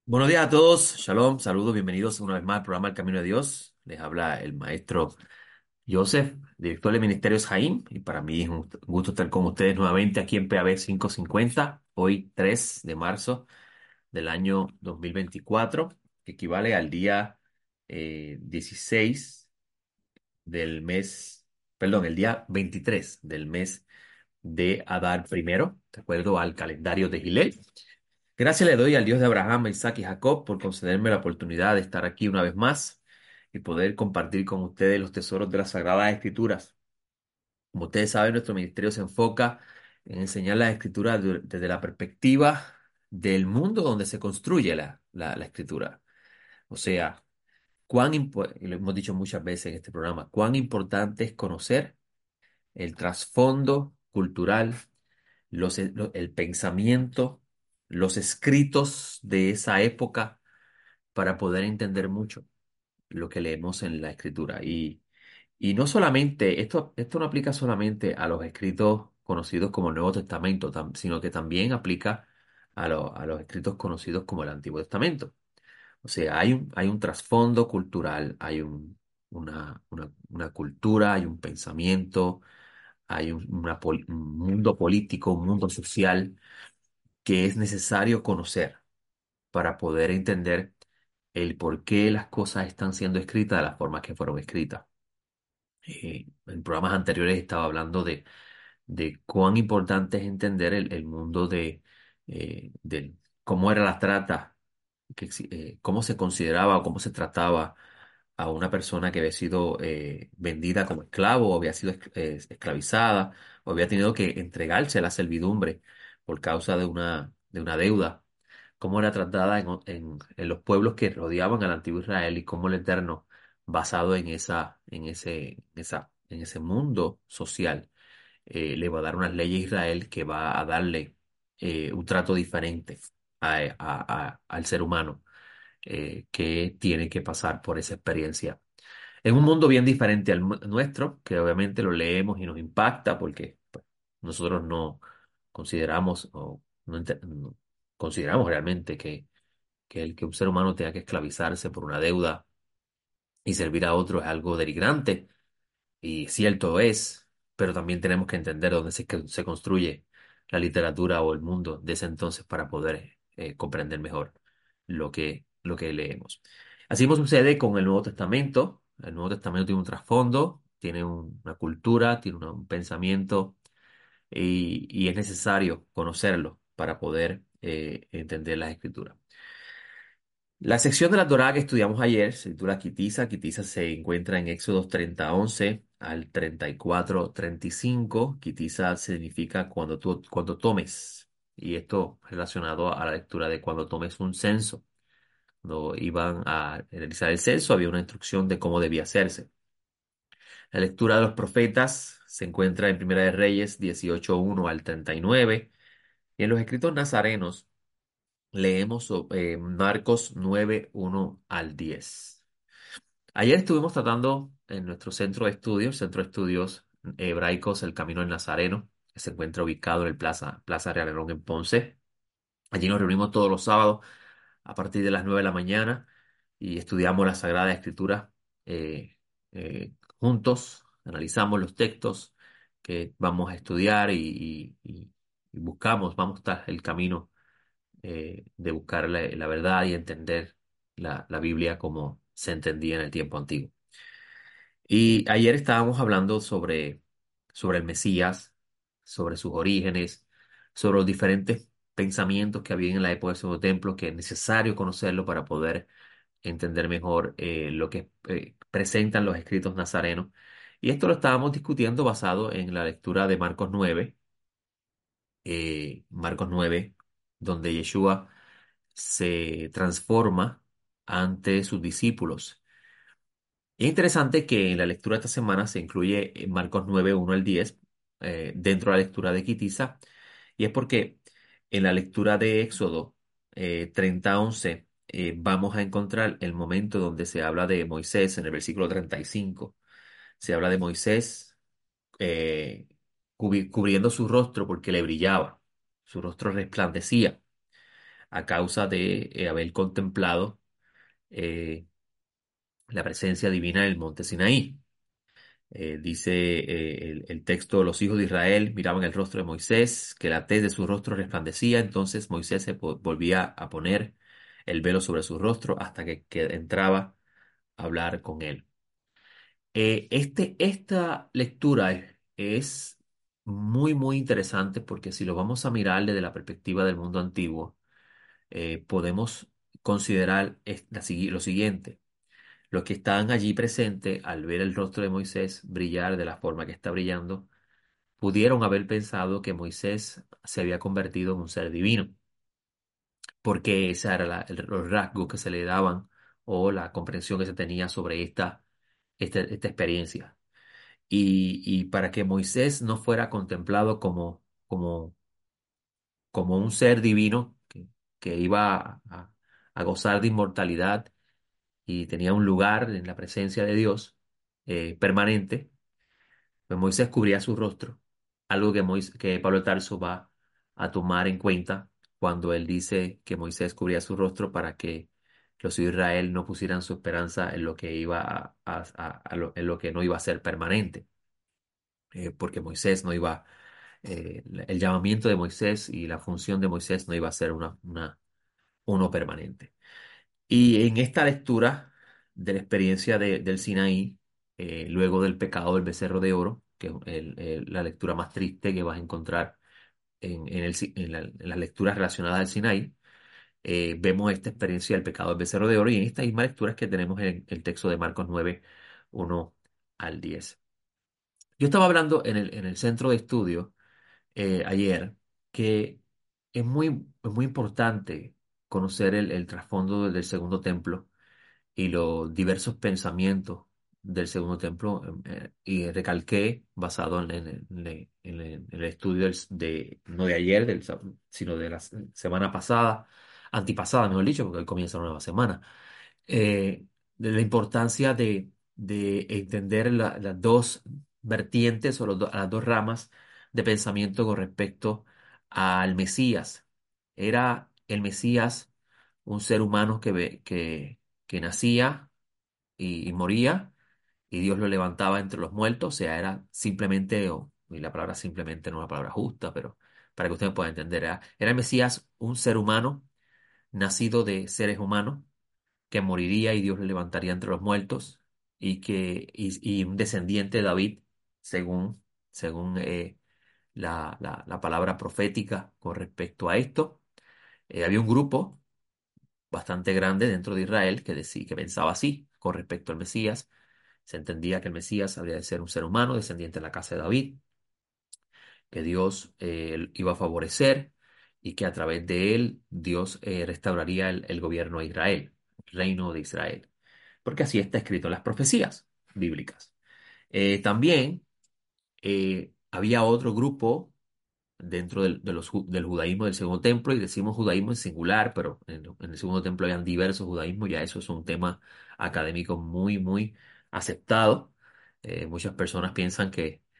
Buenos días a todos, Shalom, saludos, bienvenidos una vez más al programa El Camino de Dios. Les habla el maestro Joseph, director de Ministerios Jaim, y para mí es un gusto estar con ustedes nuevamente aquí en PAB 550, hoy 3 de marzo del año 2024, que equivale al día 16 del mes, perdón, el día 23 del mes de Adar primero, de acuerdo al calendario de Gilel. Gracias le doy al Dios de Abraham, Isaac y Jacob por concederme la oportunidad de estar aquí una vez más y poder compartir con ustedes los tesoros de las Sagradas Escrituras. Como ustedes saben, nuestro ministerio se enfoca en enseñar las Escrituras desde la perspectiva del mundo donde se construye la Escritura. O sea, y lo hemos dicho muchas veces en este programa, cuán importante es conocer el trasfondo cultural, el pensamiento, los escritos de esa época para poder entender mucho lo que leemos en la escritura. Y no solamente, esto no aplica solamente a los escritos conocidos como el Nuevo Testamento, sino que también aplica a los escritos conocidos como el Antiguo Testamento. O sea, hay un trasfondo cultural, una cultura, hay un pensamiento, hay un mundo político, un mundo social que es necesario conocer para poder entender el por qué las cosas están siendo escritas de la forma que fueron escritas. En programas anteriores estaba hablando de cuán importante es entender el mundo de cómo era la trata, cómo se consideraba o cómo se trataba a una persona que había sido vendida como esclavo, o había sido esclavizada, o había tenido que entregarse a la servidumbre por causa de una deuda, cómo era tratada en los pueblos que rodeaban al antiguo Israel y cómo el Eterno, basado en ese mundo social, le va a dar unas leyes a Israel que va a darle un trato diferente al ser humano que tiene que pasar por esa experiencia. En un mundo bien diferente nuestro, que obviamente lo leemos y nos impacta porque pues, nosotros no consideramos o no consideramos realmente que un ser humano tenga que esclavizarse por una deuda y servir a otro es algo denigrante. Y cierto es, pero también tenemos que entender dónde se construye la literatura o el mundo de ese entonces para poder comprender mejor lo que leemos. Así mismo sucede con el Nuevo Testamento. El Nuevo Testamento tiene un trasfondo, tiene una cultura, tiene un pensamiento y es necesario conocerlo para poder entender las escrituras. La sección de la Torá que estudiamos ayer se titula Kitisa. Kitisa se encuentra en Éxodos 30:11 al 34:35. Kitisa significa cuando tomes. Y esto relacionado a la lectura de cuando tomes un censo. Cuando iban a realizar el censo, había una instrucción de cómo debía hacerse. La lectura de los profetas se encuentra en Primera de Reyes 18:1 al 39. Y en los escritos nazarenos leemos Marcos 9:1 al 10. Ayer estuvimos tratando en nuestro centro de estudios hebraicos, el Camino del Nazareno, que se encuentra ubicado en el Plaza Real Herón en Ponce. Allí nos reunimos todos los sábados a partir de las 9 de la mañana y estudiamos la Sagrada Escritura juntos, analizamos los textos que vamos a estudiar y buscamos, vamos tras el camino de buscar la verdad y entender la Biblia como se entendía en el tiempo antiguo. Y ayer estábamos hablando sobre el Mesías, sobre sus orígenes, sobre los diferentes pensamientos que había en la época del Segundo Templo, que es necesario conocerlo para poder entender mejor lo que presentan los escritos nazarenos. Y esto lo estábamos discutiendo basado en la lectura de Marcos 9, donde Yeshua se transforma ante sus discípulos. Es interesante que en la lectura de esta semana se incluye en Marcos 9, 1 al 10, dentro de la lectura de Quitisa, y es porque en la lectura de Éxodo 30, 11, vamos a encontrar el momento donde se habla de Moisés en el versículo 35. Se habla de Moisés eh, cubriendo su rostro porque le brillaba, su rostro resplandecía. a causa de haber contemplado eh, la presencia divina en el monte Sinaí. Dice el texto, los hijos de Israel miraban el rostro de Moisés, que la tez de su rostro resplandecía, entonces Moisés volvía a poner el velo sobre su rostro hasta que entraba a hablar con él. Esta lectura es muy, muy interesante porque si lo vamos a mirar desde la perspectiva del mundo antiguo, podemos considerar lo siguiente. Los que estaban allí presentes, al ver el rostro de Moisés brillar de la forma que está brillando, pudieron haber pensado que Moisés se había convertido en un ser divino, porque ese era los rasgos que se le daban o la comprensión que se tenía sobre esta experiencia. Y para que Moisés no fuera contemplado como un ser divino que iba a gozar de inmortalidad y tenía un lugar en la presencia de Dios permanente, pues Moisés cubría su rostro, algo que Pablo de Tarso va a tomar en cuenta cuando él dice que Moisés cubría su rostro para que los hijos de Israel no pusieran su esperanza en lo que iba en lo que no iba a ser permanente, porque Moisés no iba, el llamamiento de Moisés y la función de Moisés no iba a ser uno permanente. Y en esta lectura de la experiencia del Sinaí, luego del pecado del becerro de oro, que es la lectura más triste que vas a encontrar en las lecturas relacionadas al Sinaí, vemos esta experiencia del pecado del becerro de oro y en estas mismas lecturas que tenemos en el texto de Marcos 9 1 al 10. Yo estaba hablando en el centro de estudio ayer que es muy importante conocer el trasfondo del segundo templo y los diversos pensamientos del segundo templo y recalqué, basado en el estudio no de ayer, sino de la semana pasada, antipasada, mejor dicho, porque hoy comienza una nueva semana, de la importancia de entender las dos vertientes o las dos ramas de pensamiento con respecto al Mesías. ¿Era el Mesías un ser humano que nacía y moría y Dios lo levantaba entre los muertos? O sea, era simplemente, y la palabra simplemente no es una palabra justa, pero para que usted me pueda entender, era el Mesías un ser humano nacido de seres humanos que moriría y Dios lo levantaría entre los muertos y un descendiente de David, según la palabra profética con respecto a esto. Había un grupo bastante grande dentro de Israel que pensaba así con respecto al Mesías. Se entendía que el Mesías habría de ser un ser humano descendiente de la casa de David, que Dios iba a favorecer y que a través de él Dios restauraría el gobierno de Israel, el reino de Israel. Porque así está escrito en las profecías bíblicas. También había otro grupo dentro del judaísmo del segundo templo, y decimos judaísmo en singular, pero en el segundo templo habían diversos judaísmos, ya eso es un tema académico muy, muy aceptado. Muchas personas piensan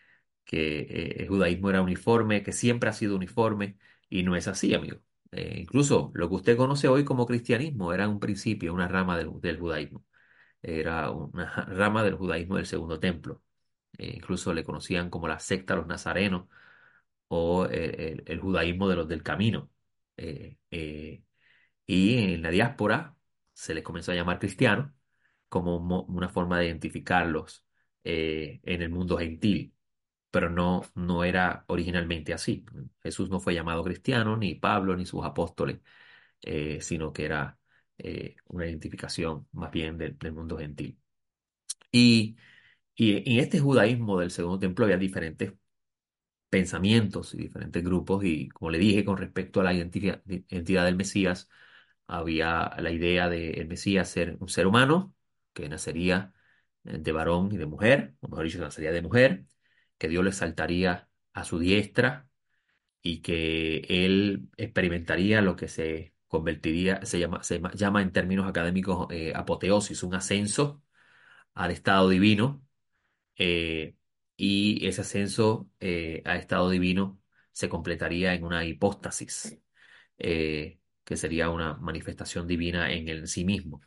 que el judaísmo era uniforme, que siempre ha sido uniforme, y no es así, amigo. Incluso lo que usted conoce hoy como cristianismo era un principio, una rama del judaísmo. Era una rama del judaísmo del segundo templo. Incluso le conocían como la secta de los nazarenos o el judaísmo de los del camino. Eh, eh, y en la diáspora se les comenzó a llamar cristianos como una forma de identificarlos en el mundo gentil, pero no era originalmente así. Jesús no fue llamado cristiano, ni Pablo, ni sus apóstoles, sino que era una identificación más bien del mundo gentil. Y, y en este judaísmo del segundo templo había diferentes pensamientos y diferentes grupos, y como le dije, con respecto a la identidad del Mesías, había la idea de el Mesías ser un ser humano que nacería de varón y de mujer, o mejor dicho, nacería de mujer, que Dios lo exaltaría a su diestra y que él experimentaría lo que se convertiría, llama en términos académicos apoteosis, un ascenso al estado divino, eh, y ese ascenso a estado divino se completaría en una hipóstasis, que sería una manifestación divina en sí mismo.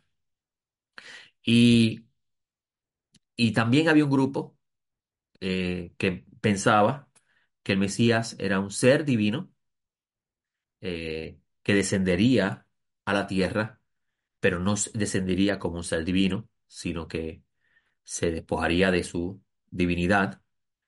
Y, y también había un grupo que pensaba que el Mesías era un ser divino que descendería a la tierra, pero no descendería como un ser divino, sino que se despojaría de su divinidad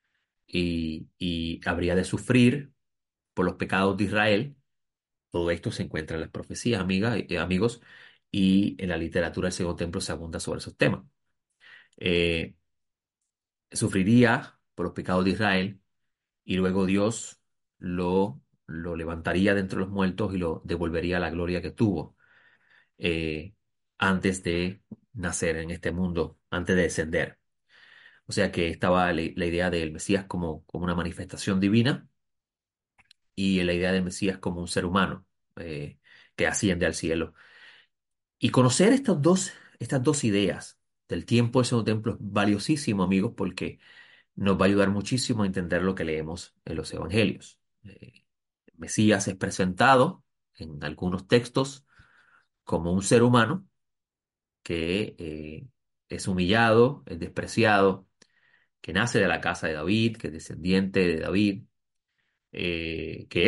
y habría de sufrir por los pecados de Israel. Todo esto se encuentra en las profecías, amigos, y en la literatura del Segundo Templo se abunda sobre esos temas. Eh, Sufriría por los pecados de Israel y luego Dios lo levantaría de entre los muertos y lo devolvería a la gloria que tuvo eh, antes de nacer en este mundo, antes de descender. O sea que estaba la idea del Mesías como una manifestación divina y la idea del Mesías como un ser humano eh, que asciende al cielo. Y conocer estas dos ideas del tiempo del segundo templo es valiosísimo, amigos, porque nos va a ayudar muchísimo a entender lo que leemos en los evangelios. El Mesías es presentado en algunos textos como un ser humano que es humillado, es despreciado, que nace de la casa de David, que es descendiente de David, que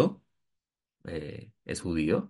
es judío,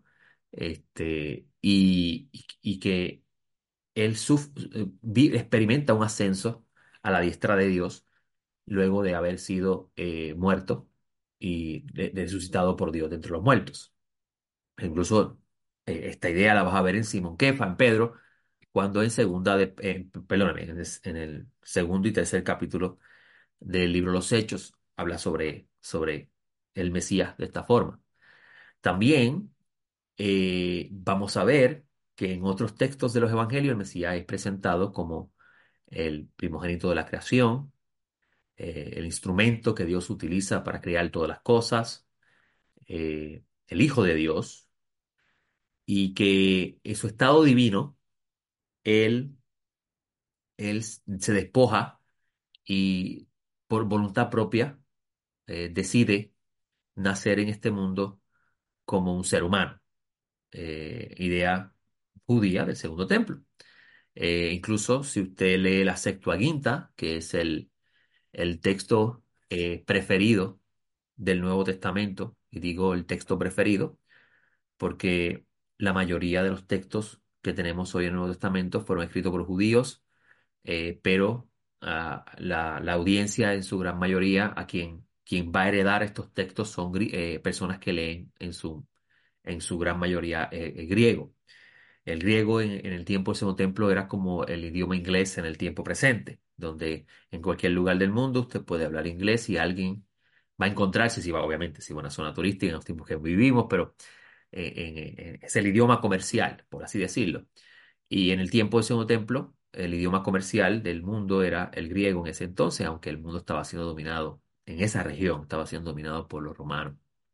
y que él experimenta un ascenso a la diestra de Dios luego de haber sido muerto y resucitado por Dios de entre los muertos. Incluso esta idea la vas a ver en Simón Kefa, en Pedro, cuando perdóname, en el segundo y tercer capítulo del libro Los Hechos habla sobre el Mesías de esta forma. También vamos a ver que en otros textos de los evangelios el Mesías es presentado como el primogénito de la creación, el instrumento que Dios utiliza para crear todas las cosas, el Hijo de Dios, y que en su estado divino, Él, él se despoja y por voluntad propia decide nacer en este mundo como un ser humano, idea judía del Segundo Templo. Incluso si usted lee la Septuaginta, que es el texto preferido del Nuevo Testamento, y digo el texto preferido porque la mayoría de los textos que tenemos hoy en el Nuevo Testamento fueron escritos por judíos, pero la audiencia en su gran mayoría, quien va a heredar estos textos son personas que leen en su gran mayoría griego. El griego en el tiempo del Segundo Templo era como el idioma inglés en el tiempo presente, donde en cualquier lugar del mundo usted puede hablar inglés y alguien va a encontrarse, si va, obviamente, si va a una zona turística en los tiempos que vivimos, pero es el idioma comercial, por así decirlo. Y en el tiempo del Segundo Templo, el idioma comercial del mundo era el griego en ese entonces, aunque el mundo estaba siendo dominado, en esa región estaba siendo dominado por los romanos.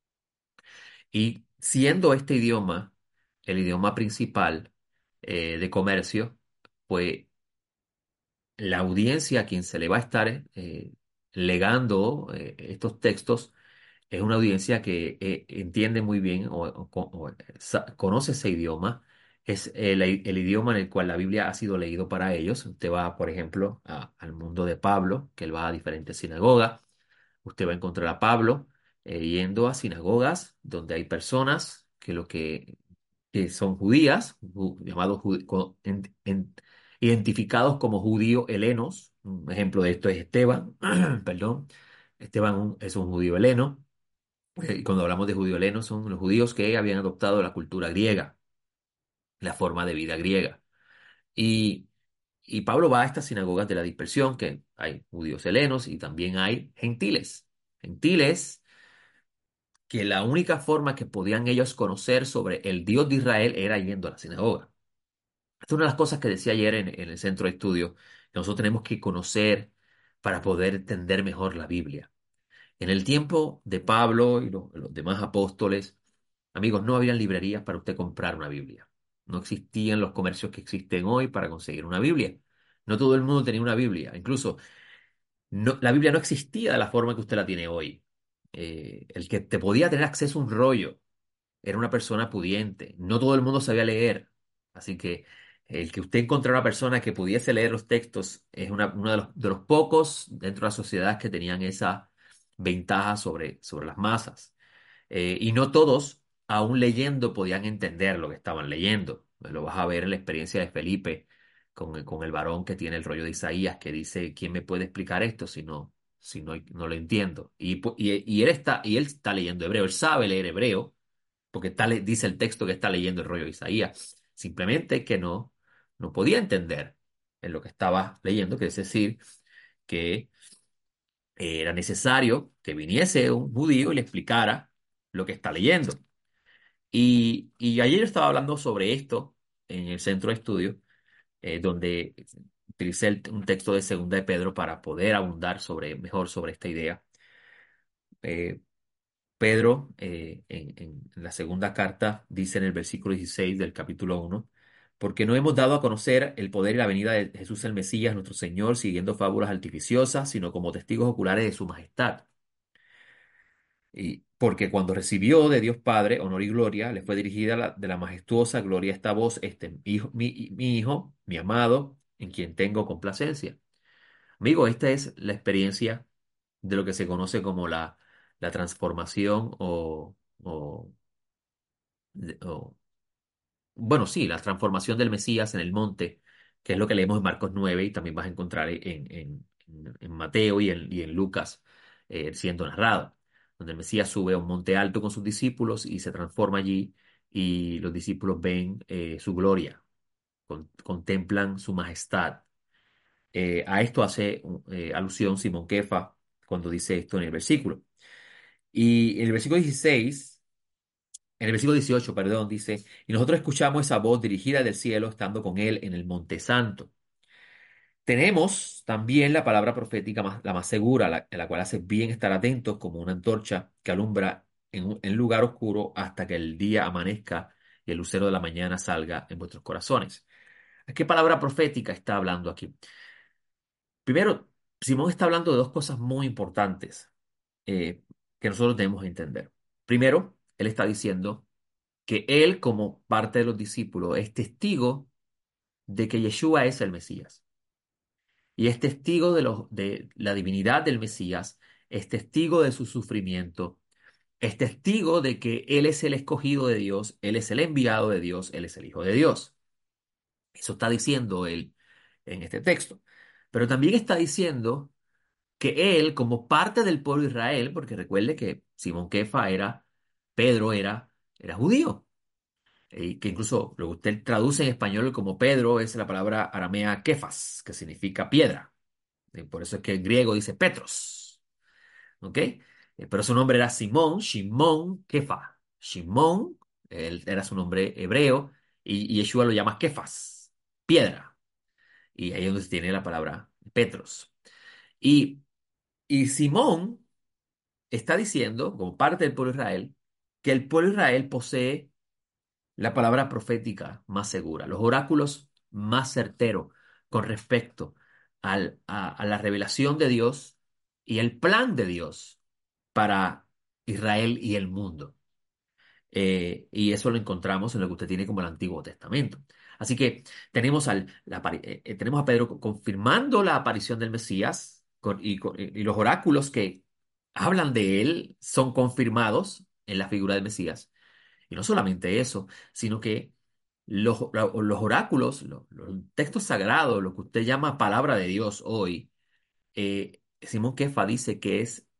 Y siendo este idioma el idioma principal de comercio, pues la audiencia a quien se le va a estar legando estos textos es una audiencia que entiende muy bien conoce ese idioma. Es el idioma en el cual la Biblia ha sido leído para ellos. Usted va, por ejemplo, al mundo de Pablo, que él va a diferentes sinagogas. Usted va a encontrar a Pablo yendo a sinagogas donde hay personas que son judías, llamados identificados como judíos helenos. Un ejemplo de esto es Esteban, perdón. Esteban es un judío heleno. Y cuando hablamos de judío heleno, son los judíos que habían adoptado la cultura griega, la forma de vida griega. Y, y Pablo va a estas sinagogas de la dispersión, que hay judíos helenos y también hay gentiles. Gentiles que la única forma que podían ellos conocer sobre el Dios de Israel era yendo a la sinagoga. Esta es una de las cosas que decía ayer en el centro de estudio, que nosotros tenemos que conocer para poder entender mejor la Biblia. En el tiempo de Pablo y los demás apóstoles, amigos, no había librerías para usted comprar una Biblia. No existían los comercios que existen hoy para conseguir una Biblia. No todo el mundo tenía una Biblia. Incluso la Biblia no existía de la forma que usted la tiene hoy. El que te podía tener acceso a un rollo era una persona pudiente. No todo el mundo sabía leer. Así que el que usted encontrara una persona que pudiese leer los textos es uno de los pocos dentro de la sociedad que tenían esa ventaja sobre las masas. Y no todos, aún leyendo, podían entender lo que estaban leyendo. Lo vas a ver en la experiencia de Felipe con el varón que tiene el rollo de Isaías, que dice, ¿quién me puede explicar esto si no lo entiendo? Y él está leyendo hebreo, él sabe leer hebreo, porque dice el texto que está leyendo el rollo de Isaías. Simplemente que no podía entender en lo que estaba leyendo, que es decir, que era necesario que viniese un judío y le explicara lo que está leyendo. Y ayer yo estaba hablando sobre esto en el centro de estudio, donde utilicé un texto de Segunda de Pedro para poder abundar mejor sobre esta idea. Eh, Pedro, en la segunda carta, dice en el versículo 16 del capítulo 1, porque no hemos dado a conocer el poder y la venida de Jesús el Mesías, nuestro Señor, siguiendo fábulas artificiosas, sino como testigos oculares de su majestad. Y porque cuando recibió de Dios Padre honor y gloria, le fue dirigida de la majestuosa gloria esta voz, mi hijo, mi amado, en quien tengo complacencia. Amigo, esta es la experiencia de lo que se conoce como la transformación o bueno, sí, la transformación del Mesías en el monte, que es lo que leemos en Marcos 9 y también vas a encontrar en Mateo y en Lucas siendo narrado, donde el Mesías sube a un monte alto con sus discípulos y se transforma allí y los discípulos ven su gloria, contemplan su majestad. A esto hace alusión Simón Kefa cuando dice esto en el versículo. Y en el versículo 16. En el versículo 18, perdón, dice, y nosotros escuchamos esa voz dirigida del cielo estando con él en el Monte Santo. Tenemos también la palabra profética la más segura, en la cual hace bien estar atentos como una antorcha que alumbra en lugar oscuro hasta que el día amanezca y el lucero de la mañana salga en vuestros corazones. ¿A qué palabra profética está hablando aquí? Primero, Simón está hablando de dos cosas muy importantes eh, que nosotros debemos entender. Primero, él está diciendo que él, como parte de los discípulos, es testigo de que Yeshua es el Mesías. Y es testigo de la divinidad del Mesías, es testigo de su sufrimiento, es testigo de que Él es el escogido de Dios, Él es el enviado de Dios, Él es el Hijo de Dios. Eso está diciendo Él en este texto. Pero también está diciendo que Él, como parte del pueblo de Israel, porque recuerde que Simón Kefa Pedro era judío. Y que incluso lo que usted traduce en español como Pedro es la palabra aramea kefas, que significa piedra. Y por eso es que en griego dice Petros. ¿Ok? Pero su nombre era Simón, Shimón Kefa. Shimón, él era su nombre hebreo, y Yeshua lo llama Kefas, piedra. Y ahí es donde se tiene la palabra Petros. Y, y Simón está diciendo, como parte del pueblo de Israel, que el pueblo de Israel posee la palabra profética más segura, los oráculos más certeros con respecto a la revelación de Dios y el plan de Dios para Israel y el mundo. Y eso lo encontramos en lo que usted tiene como el Antiguo Testamento. Así que tenemos a Pedro confirmando la aparición del Mesías y los oráculos que hablan de él son confirmados en la figura del Mesías. Y no solamente eso, sino que los oráculos, los textos sagrados, lo que usted llama palabra de Dios hoy, Simón Kefa dice que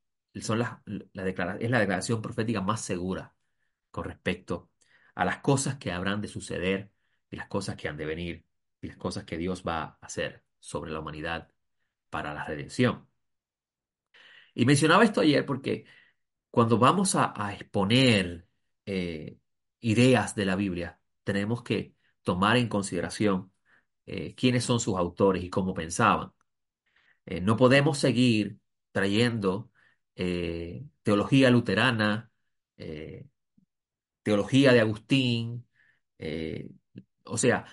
es la declaración profética más segura con respecto a las cosas que habrán de suceder y las cosas que han de venir y las cosas que Dios va a hacer sobre la humanidad para la redención. Y mencionaba esto ayer porque cuando vamos a exponer eh, ideas de la Biblia, tenemos que tomar en consideración quiénes son sus autores y cómo pensaban. No podemos seguir trayendo teología luterana, eh, teología de Agustín, eh, o sea,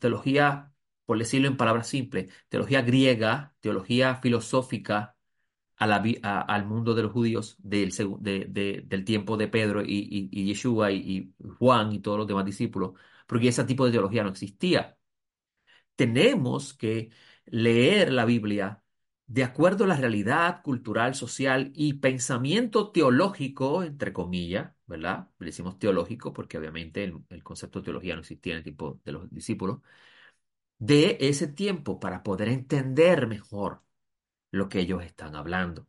teología, por decirlo en palabras simples, teología griega, teología filosófica, al mundo de los judíos del tiempo de Pedro y Yeshua y Juan y todos los demás discípulos, porque ese tipo de teología no existía. Tenemos que leer la Biblia de acuerdo a la realidad cultural, social y pensamiento teológico, entre comillas, ¿verdad? Le decimos teológico porque obviamente el concepto de teología no existía en el tiempo de los discípulos, de ese tiempo para poder entender mejor lo que ellos están hablando.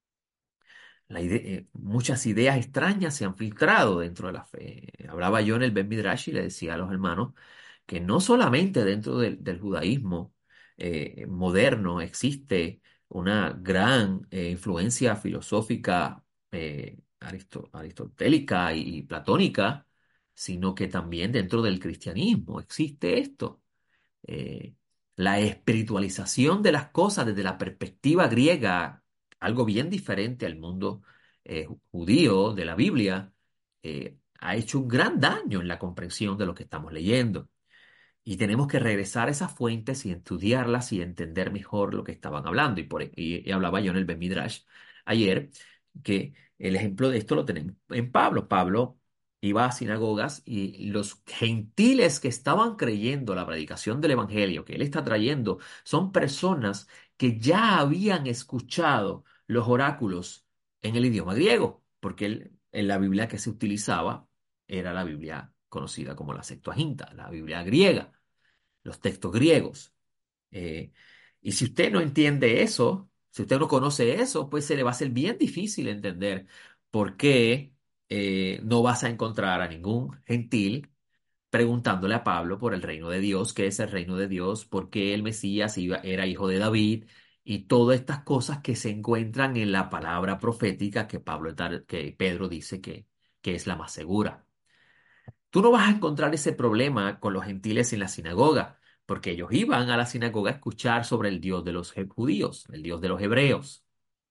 Muchas ideas extrañas se han filtrado dentro de la fe. Hablaba yo en el Ben Midrash y le decía a los hermanos que no solamente dentro del judaísmo moderno existe una gran influencia filosófica aristotélica y platónica, sino que también dentro del cristianismo existe esto. eh, la espiritualización de las cosas desde la perspectiva griega, algo bien diferente al mundo judío de la Biblia, ha hecho un gran daño en la comprensión de lo que estamos leyendo. Y tenemos que regresar a esas fuentes y estudiarlas y entender mejor lo que estaban hablando. Y hablaba yo en el Ben Midrash ayer que el ejemplo de esto lo tenemos en Pablo. Pablo iba a sinagogas y los gentiles que estaban creyendo la predicación del evangelio que él está trayendo son personas que ya habían escuchado los oráculos en el idioma griego, porque en la Biblia que se utilizaba era la Biblia conocida como la Septuaginta, la Biblia griega, los textos griegos. Eh, y si usted no entiende eso, si usted no conoce eso, pues se le va a hacer bien difícil entender por qué no vas a encontrar a ningún gentil preguntándole a Pablo por el reino de Dios, qué es el reino de Dios, por qué el Mesías era hijo de David y todas estas cosas que se encuentran en la palabra profética que Pedro dice que es la más segura. Tú no vas a encontrar ese problema con los gentiles en la sinagoga, porque ellos iban a la sinagoga a escuchar sobre el Dios de los judíos, el Dios de los hebreos.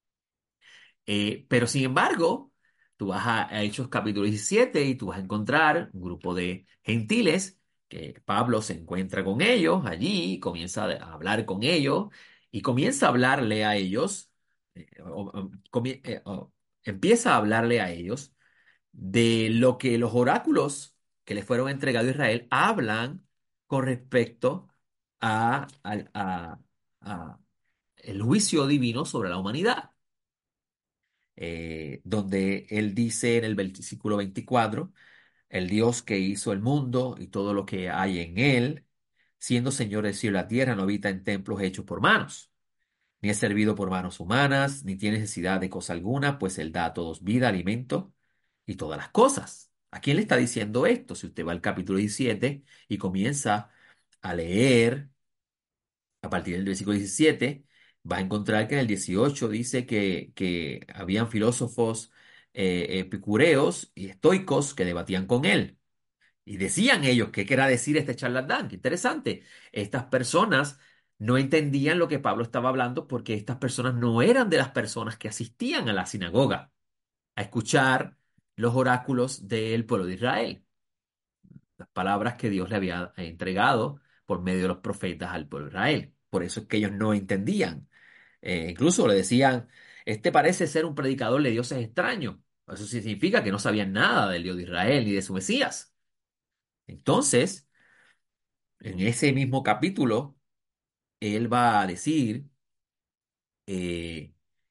Pero sin embargo, tú vas a Hechos capítulo 17 y tú vas a encontrar un grupo de gentiles que Pablo se encuentra con ellos allí, comienza a hablar con ellos y comienza a hablarle a ellos, empieza a hablarle a ellos de lo que los oráculos que le fueron entregados a Israel hablan con respecto a el juicio divino sobre la humanidad, donde él dice en el versículo 24, el Dios que hizo el mundo y todo lo que hay en él, siendo Señor del cielo y la tierra, no habita en templos hechos por manos, ni es servido por manos humanas, ni tiene necesidad de cosa alguna, pues Él da a todos vida, alimento y todas las cosas. ¿A quién le está diciendo esto? Si usted va al capítulo 17 y comienza a leer a partir del versículo 17, va a encontrar que en el 18 dice que habían filósofos epicureos y estoicos que debatían con él. Y decían ellos, ¿qué querrá decir este charlatán? Qué interesante. Estas personas no entendían lo que Pablo estaba hablando porque estas personas no eran de las personas que asistían a la sinagoga a escuchar los oráculos del pueblo de Israel, las palabras que Dios le había entregado por medio de los profetas al pueblo de Israel. Por eso es que ellos no entendían. Incluso le decían, este parece ser un predicador de dioses extraños. Eso significa que no sabían nada del Dios de Israel ni de su Mesías. Entonces, en ese mismo capítulo, él va a decir, eh,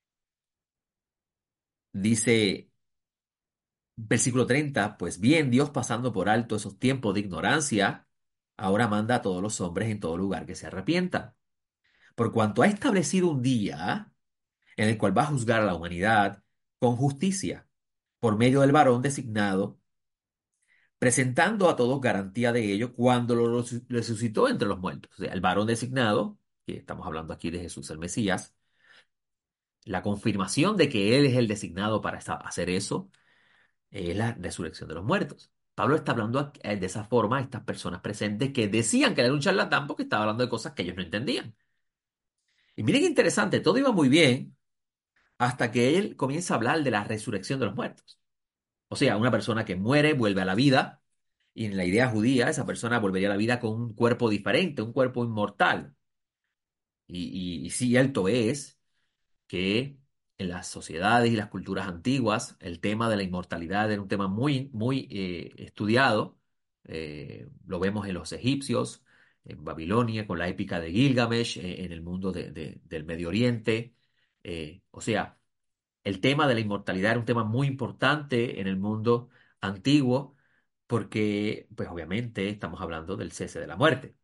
dice, versículo 30, pues bien, Dios pasando por alto esos tiempos de ignorancia, ahora manda a todos los hombres en todo lugar que se arrepientan. Por cuanto ha establecido un día en el cual va a juzgar a la humanidad con justicia, por medio del varón designado, presentando a todos garantía de ello cuando lo resucitó entre los muertos. O sea, el varón designado, que estamos hablando aquí de Jesús el Mesías, la confirmación de que Él es el designado para hacer eso es la resurrección de los muertos. Pablo está hablando de esa forma a estas personas presentes que decían que él era un charlatán porque estaba hablando de cosas que ellos no entendían. Y miren qué interesante, todo iba muy bien hasta que él comienza a hablar de la resurrección de los muertos. O sea, una persona que muere vuelve a la vida y en la idea judía esa persona volvería a la vida con un cuerpo diferente, un cuerpo inmortal. Y cierto es que en las sociedades y las culturas antiguas, el tema de la inmortalidad era un tema muy estudiado. Lo vemos en los egipcios, en Babilonia, con la épica de Gilgamesh, en el mundo del Medio Oriente. O sea, el tema de la inmortalidad era un tema muy importante en el mundo antiguo porque, pues obviamente, estamos hablando del cese de la muerte.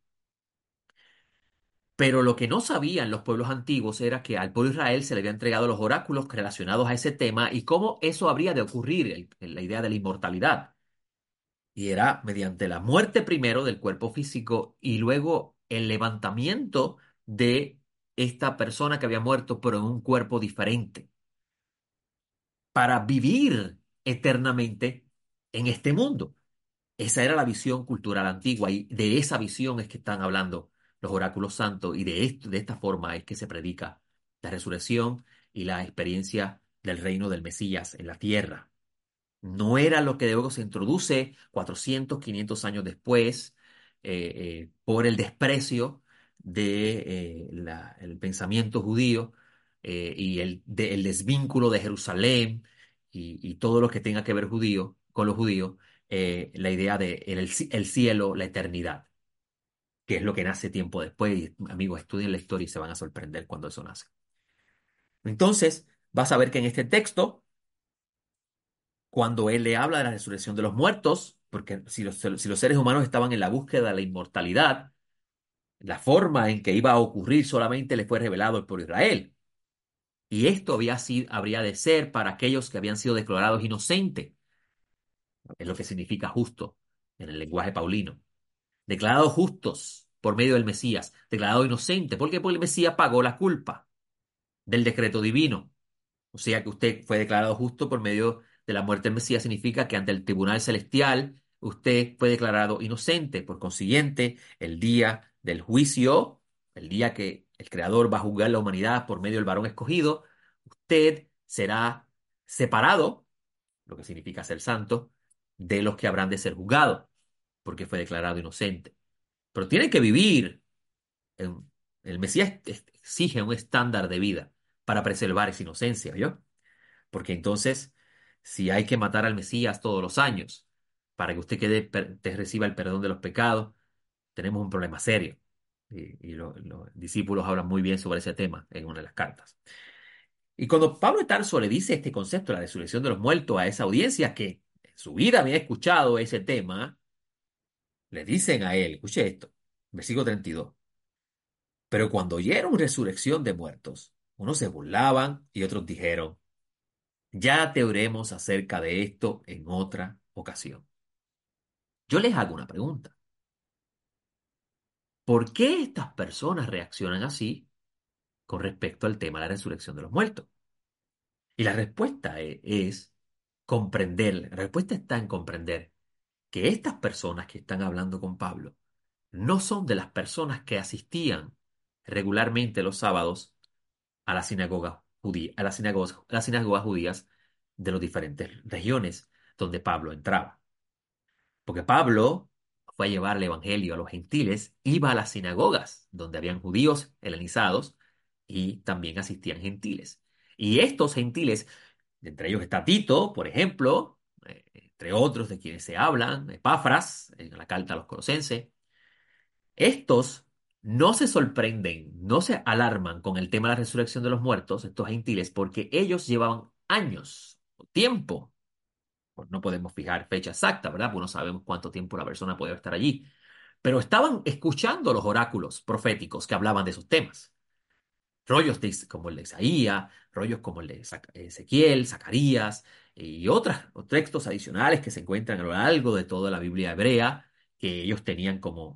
Pero lo que no sabían los pueblos antiguos era que al pueblo de Israel se le había entregado los oráculos relacionados a ese tema y cómo eso habría de ocurrir, la idea de la inmortalidad. Y era mediante la muerte primero del cuerpo físico y luego el levantamiento de esta persona que había muerto, pero en un cuerpo diferente, para vivir eternamente en este mundo. Esa era la visión cultural antigua y de esa visión es que están hablando los oráculos santos y de esta forma es que se predica la resurrección y la experiencia del reino del Mesías en la tierra. No era lo que luego se introduce 400, 500 años después por el desprecio del pensamiento judío y el desvínculo de Jerusalén y todo lo que tenga que ver judío con los judíos, la idea de el cielo, la eternidad, que es lo que nace tiempo después. Y, amigos, estudien la historia y se van a sorprender cuando eso nace. Entonces, vas a ver que en este texto cuando él le habla de la resurrección de los muertos, porque si los seres humanos estaban en la búsqueda de la inmortalidad, la forma en que iba a ocurrir solamente le fue revelado por Israel. Y esto habría de ser para aquellos que habían sido declarados inocentes, es lo que significa justo en el lenguaje paulino. Declarados justos por medio del Mesías, declarado inocente, porque el Mesías pagó la culpa del decreto divino. O sea que usted fue declarado justo por medio de la muerte del Mesías, significa que ante el tribunal celestial usted fue declarado inocente. Por consiguiente, el día del juicio, el día que el Creador va a juzgar la humanidad por medio del varón escogido, usted será separado, lo que significa ser santo, de los que habrán de ser juzgados, porque fue declarado inocente. Pero tiene que vivir. en- el Mesías exige un estándar de vida para preservar esa inocencia, ¿vio? Porque entonces, si hay que matar al Mesías todos los años para que usted te reciba el perdón de los pecados, tenemos un problema serio. Y los discípulos hablan muy bien sobre ese tema en una de las cartas. Y cuando Pablo de Tarso le dice este concepto, la resurrección de los muertos, a esa audiencia que en su vida había escuchado ese tema, le dicen a él, escuche esto, versículo 32. Pero cuando oyeron resurrección de muertos, unos se burlaban y otros dijeron, ya te oremos acerca de esto en otra ocasión. Yo les hago una pregunta. ¿Por qué estas personas reaccionan así con respecto al tema de la resurrección de los muertos? Y la respuesta es comprender, la respuesta está en comprender que estas personas que están hablando con Pablo no son de las personas que asistían regularmente los sábados a la sinagoga judía, a las sinagogas judías de las diferentes regiones donde Pablo entraba. Porque Pablo fue a llevar el evangelio a los gentiles, iba a las sinagogas donde habían judíos helenizados y también asistían gentiles. Y estos gentiles, entre ellos está Tito, por ejemplo, entre otros de quienes se hablan, Epafras, en la carta a los Colosenses, estos no se sorprenden, no se alarman con el tema de la resurrección de los muertos, estos gentiles, porque ellos llevaban años, tiempo, pues no podemos fijar fecha exacta, ¿verdad? Pues no sabemos cuánto tiempo la persona puede estar allí. Pero estaban escuchando los oráculos proféticos que hablaban de esos temas. Como el de Isaías, rollos como el de Ezequiel, Zacarías y otros textos adicionales que se encuentran a lo largo de toda la Biblia hebrea, que ellos tenían como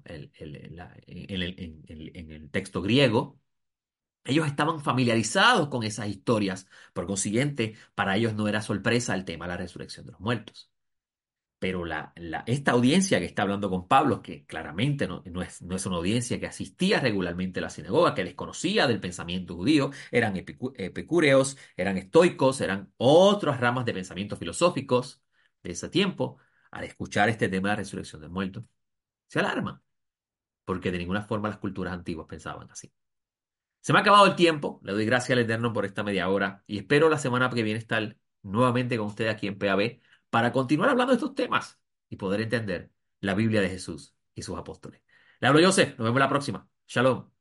en el texto griego. Ellos estaban familiarizados con esas historias, por consiguiente, para ellos no era sorpresa el tema de la resurrección de los muertos. Pero esta audiencia que está hablando con Pablo, que claramente no es una audiencia que asistía regularmente a la sinagoga, que desconocía del pensamiento judío, eran epicúreos, eran estoicos, eran otras ramas de pensamientos filosóficos de ese tiempo, al escuchar este tema de la resurrección del muerto, se alarman, porque de ninguna forma las culturas antiguas pensaban así. Se me ha acabado el tiempo, le doy gracias al Eterno por esta media hora y espero la semana que viene estar nuevamente con ustedes aquí en PAB para continuar hablando de estos temas y poder entender la Biblia de Jesús y sus apóstoles. Le hablo Joseph, nos vemos la próxima. Shalom.